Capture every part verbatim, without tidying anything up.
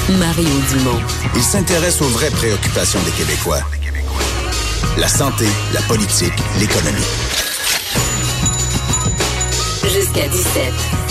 Mario Dumont. Il s'intéresse aux vraies préoccupations des Québécois. La santé, la politique, l'économie. Jusqu'à dix-sept.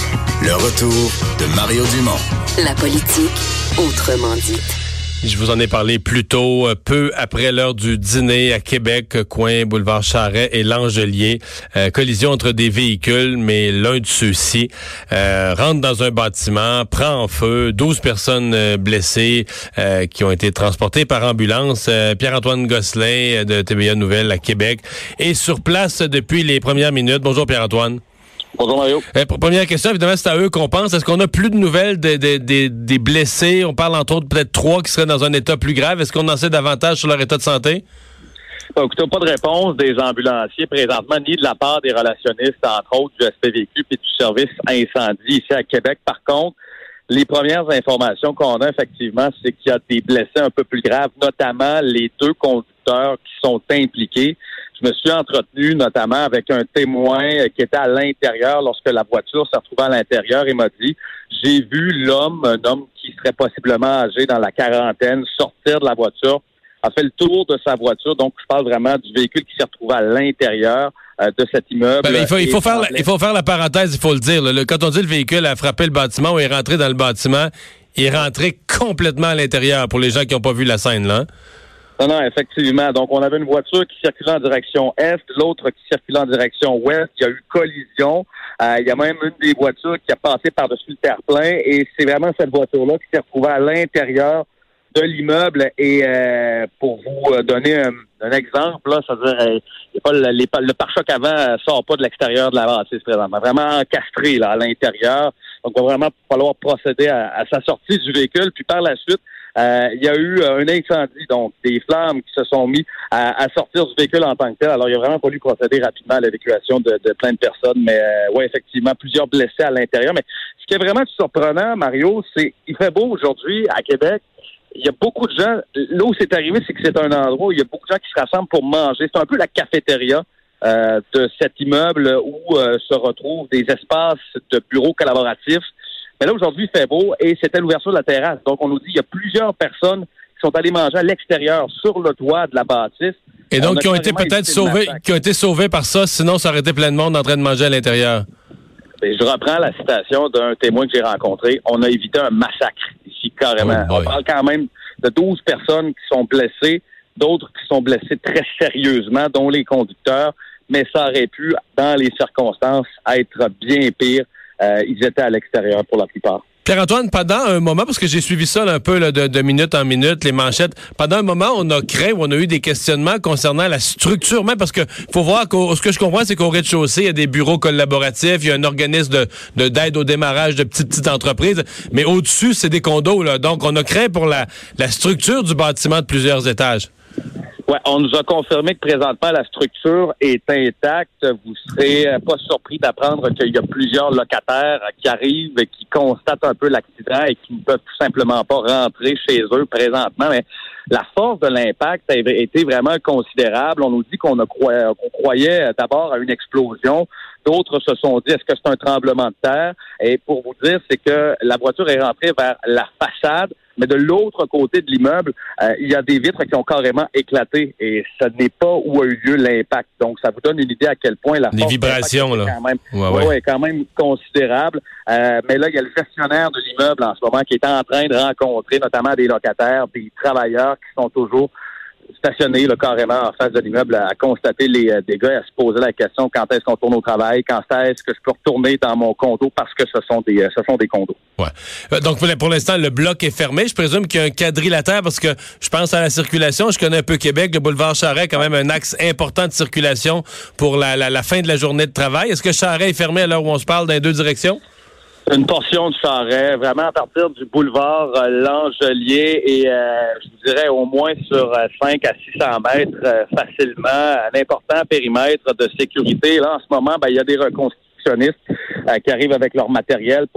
Le retour de Mario Dumont. La politique, autrement dite. Je vous en ai parlé plus tôt, peu après l'heure du dîner à Québec, coin boulevard Charest et Langelier. Euh, collision entre des véhicules, mais l'un de ceux-ci euh, rentre dans un bâtiment, prend en feu, douze personnes euh, blessées euh, qui ont été transportées par ambulance. Euh, Pierre-Antoine Gosselin de T V A Nouvelles à Québec est sur place depuis les premières minutes. Bonjour Pierre-Antoine. Bonjour Mario. Euh, première question, évidemment, c'est à eux qu'on pense. Est-ce qu'on a plus de nouvelles des, des, des, des blessés? On parle entre autres peut-être trois qui seraient dans un état plus grave. Est-ce qu'on en sait davantage sur leur état de santé? Bon, écoutez, pas de réponse des ambulanciers présentement, ni de la part des relationnistes, entre autres, du S P V Q et du service incendie ici à Québec. Par contre, les premières informations qu'on a, effectivement, c'est qu'il y a des blessés un peu plus graves, notamment les deux conducteurs qui sont impliqués. Je me suis entretenu notamment avec un témoin qui était à l'intérieur lorsque la voiture s'est retrouvée à l'intérieur et m'a dit « J'ai vu l'homme, un homme qui serait possiblement âgé dans la quarantaine, sortir de la voiture, a fait le tour de sa voiture. » Donc, je parle vraiment du véhicule qui s'est retrouvé à l'intérieur euh, de cet immeuble. Ben, il faut, il faut faire, la, il faut faire la parenthèse, il faut le dire. Là. Le, quand on dit le véhicule a frappé le bâtiment ou est rentré dans le bâtiment, il est rentré complètement à l'intérieur pour les gens qui n'ont pas vu la scène, là. Hein? Non, non, effectivement. Donc, on avait une voiture qui circulait en direction est, l'autre qui circulait en direction ouest. Il y a eu collision. Euh, il y a même une des voitures qui a passé par-dessus le terre-plein. Et c'est vraiment cette voiture-là qui s'est retrouvée à l'intérieur de l'immeuble. Et euh, pour vous donner un, un exemple, là, c'est-à-dire euh, pas le, les, le pare-choc avant ne sort pas de l'extérieur de la bâtisse présentement. Vraiment encastré là, à l'intérieur. Donc, il va vraiment falloir procéder à, à sa sortie du véhicule. Puis par la suite, Euh, il y a eu euh, un incendie, donc des flammes qui se sont mis à, à sortir du véhicule en tant que tel. Alors, il a vraiment fallu procéder rapidement à l'évacuation de, de plein de personnes. Mais euh, oui, effectivement, plusieurs blessés à l'intérieur. Mais ce qui est vraiment surprenant, Mario, c'est il fait beau aujourd'hui à Québec. Il y a beaucoup de gens. Là où c'est arrivé, c'est que c'est un endroit où il y a beaucoup de gens qui se rassemblent pour manger. C'est un peu la cafétéria euh, de cet immeuble où euh, se retrouvent des espaces de bureaux collaboratifs. Mais là, aujourd'hui, il fait beau et c'était l'ouverture de la terrasse. Donc, on nous dit qu'il y a plusieurs personnes qui sont allées manger à l'extérieur, sur le toit de la bâtisse. Et donc, qui ont été peut-être sauvés, qui ont été sauvés par ça, sinon ça aurait été plein de monde en train de manger à l'intérieur. Et je reprends la citation d'un témoin que j'ai rencontré. On a évité un massacre ici, carrément. Oh on parle quand même de douze personnes qui sont blessées, d'autres qui sont blessées très sérieusement, dont les conducteurs. Mais ça aurait pu, dans les circonstances, être bien pire. Euh, ils étaient à l'extérieur pour la plupart. Pierre-Antoine, pendant un moment, parce que j'ai suivi ça là, un peu là, de, de minute en minute, les manchettes, pendant un moment, on a craint ou on a eu des questionnements concernant la structure, même parce que faut voir, ce que je comprends, c'est qu'au rez-de-chaussée, il y a des bureaux collaboratifs, il y a un organisme de, de d'aide au démarrage de petites, petites entreprises, mais au-dessus, c'est des condos, là. Donc, on a craint pour la, la structure du bâtiment de plusieurs étages. Ouais, on nous a confirmé que présentement la structure est intacte. Vous serez pas surpris d'apprendre qu'il y a plusieurs locataires qui arrivent et qui constatent un peu l'accident et qui ne peuvent tout simplement pas rentrer chez eux présentement. Mais la force de l'impact a été vraiment considérable. On nous dit qu'on a cro- qu'on croyait d'abord à une explosion. D'autres se sont dit, est-ce que c'est un tremblement de terre? Et pour vous dire, c'est que la voiture est rentrée vers la façade, mais de l'autre côté de l'immeuble, euh, il y a des vitres qui ont carrément éclaté et ce n'est pas où a eu lieu l'impact. Donc, ça vous donne une idée à quel point la les force vibrations là, est quand même, ouais, ouais. Ouais, est quand même considérable. Euh, mais là, il y a le gestionnaire de l'immeuble en ce moment qui est en train de rencontrer notamment des locataires, des travailleurs qui sont toujours stationnés là, carrément en face de l'immeuble à, à constater les euh, dégâts et à se poser la question quand est-ce qu'on tourne au travail, quand est-ce que je peux retourner dans mon condo parce que ce sont des euh, ce sont des condos. Ouais. Euh, donc pour, pour l'instant le bloc est fermé. Je présume qu'il y a un quadrilatère parce que je pense à la circulation. Je connais un peu Québec, le boulevard Charest, quand même un axe important de circulation pour la, la, la fin de la journée de travail. Est-ce que Charest est fermé à l'heure où on se parle dans les deux directions? Une portion de Charest, vraiment à partir du boulevard euh, Langelier et euh, je vous dirais au moins sur euh, cinq à six cents mètres euh, facilement, un important périmètre de sécurité. Là, en ce moment, ben, il y a des reconstitutionnistes euh, qui arrivent avec leur matériel pour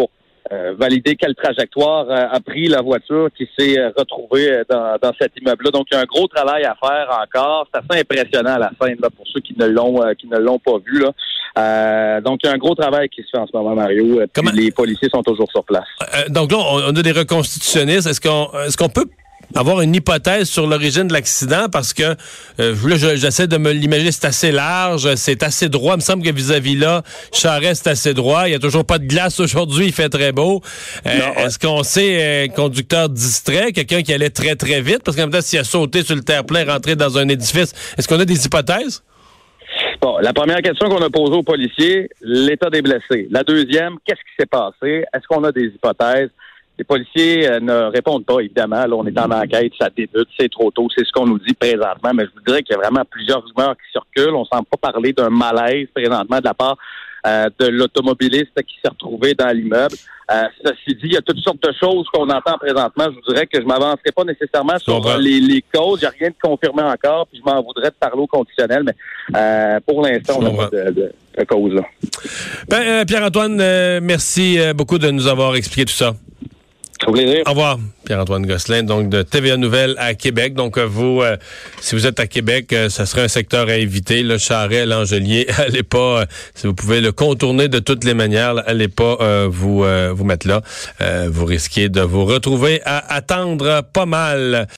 euh, valider quelle trajectoire euh, a pris la voiture qui s'est euh, retrouvée dans, dans cet immeuble-là. Donc, il y a un gros travail à faire encore. C'est assez impressionnant à la scène là, pour ceux qui ne l'ont euh, qui ne l'ont pas vu. Là. Euh, donc, il y a un gros travail qui se fait en ce moment, Mario. Puis Comment... les policiers sont toujours sur place. Euh, donc là, on, on a des reconstitutionnistes. Est-ce qu'on est-ce qu'on peut avoir une hypothèse sur l'origine de l'accident, parce que euh, là, j'essaie de me l'imaginer, c'est assez large, c'est assez droit. Il me semble que vis-à-vis là, Charest, c'est assez droit. Il n'y a toujours pas de glace aujourd'hui, il fait très beau. Euh, non, est-ce qu'on sait euh, conducteur distrait, quelqu'un qui allait très, très vite? Parce qu'en même temps, s'il a sauté sur le terre-plein, rentré dans un édifice, est-ce qu'on a des hypothèses? Bon, la première question qu'on a posée aux policiers, l'état des blessés. La deuxième, qu'est-ce qui s'est passé? Est-ce qu'on a des hypothèses? Les policiers euh, ne répondent pas, évidemment. Là, on est en enquête, ça débute, c'est trop tôt, c'est ce qu'on nous dit présentement. Mais je vous dirais qu'il y a vraiment plusieurs rumeurs qui circulent. On ne semble pas parler d'un malaise présentement de la part euh, de l'automobiliste qui s'est retrouvé dans l'immeuble. Euh, ceci dit, il y a toutes sortes de choses qu'on entend présentement. Je vous dirais que je ne m'avancerai pas nécessairement sur euh, les, les causes. Il n'y a rien de confirmé encore, puis je m'en voudrais de parler au conditionnel. Mais euh, pour l'instant, on n'a pas de, de, de cause là. Ben, euh, Pierre-Antoine, euh, merci beaucoup de nous avoir expliqué tout ça. Au plaisir. Au revoir, Pierre-Antoine Gosselin, donc de T V A Nouvelles à Québec. Donc vous, euh, si vous êtes à Québec, euh, ça serait un secteur à éviter. Le Charest, Langelier, allez pas, euh, si vous pouvez le contourner de toutes les manières, là, allez pas euh, vous euh, vous mettre là. Euh, vous risquez de vous retrouver à attendre pas mal.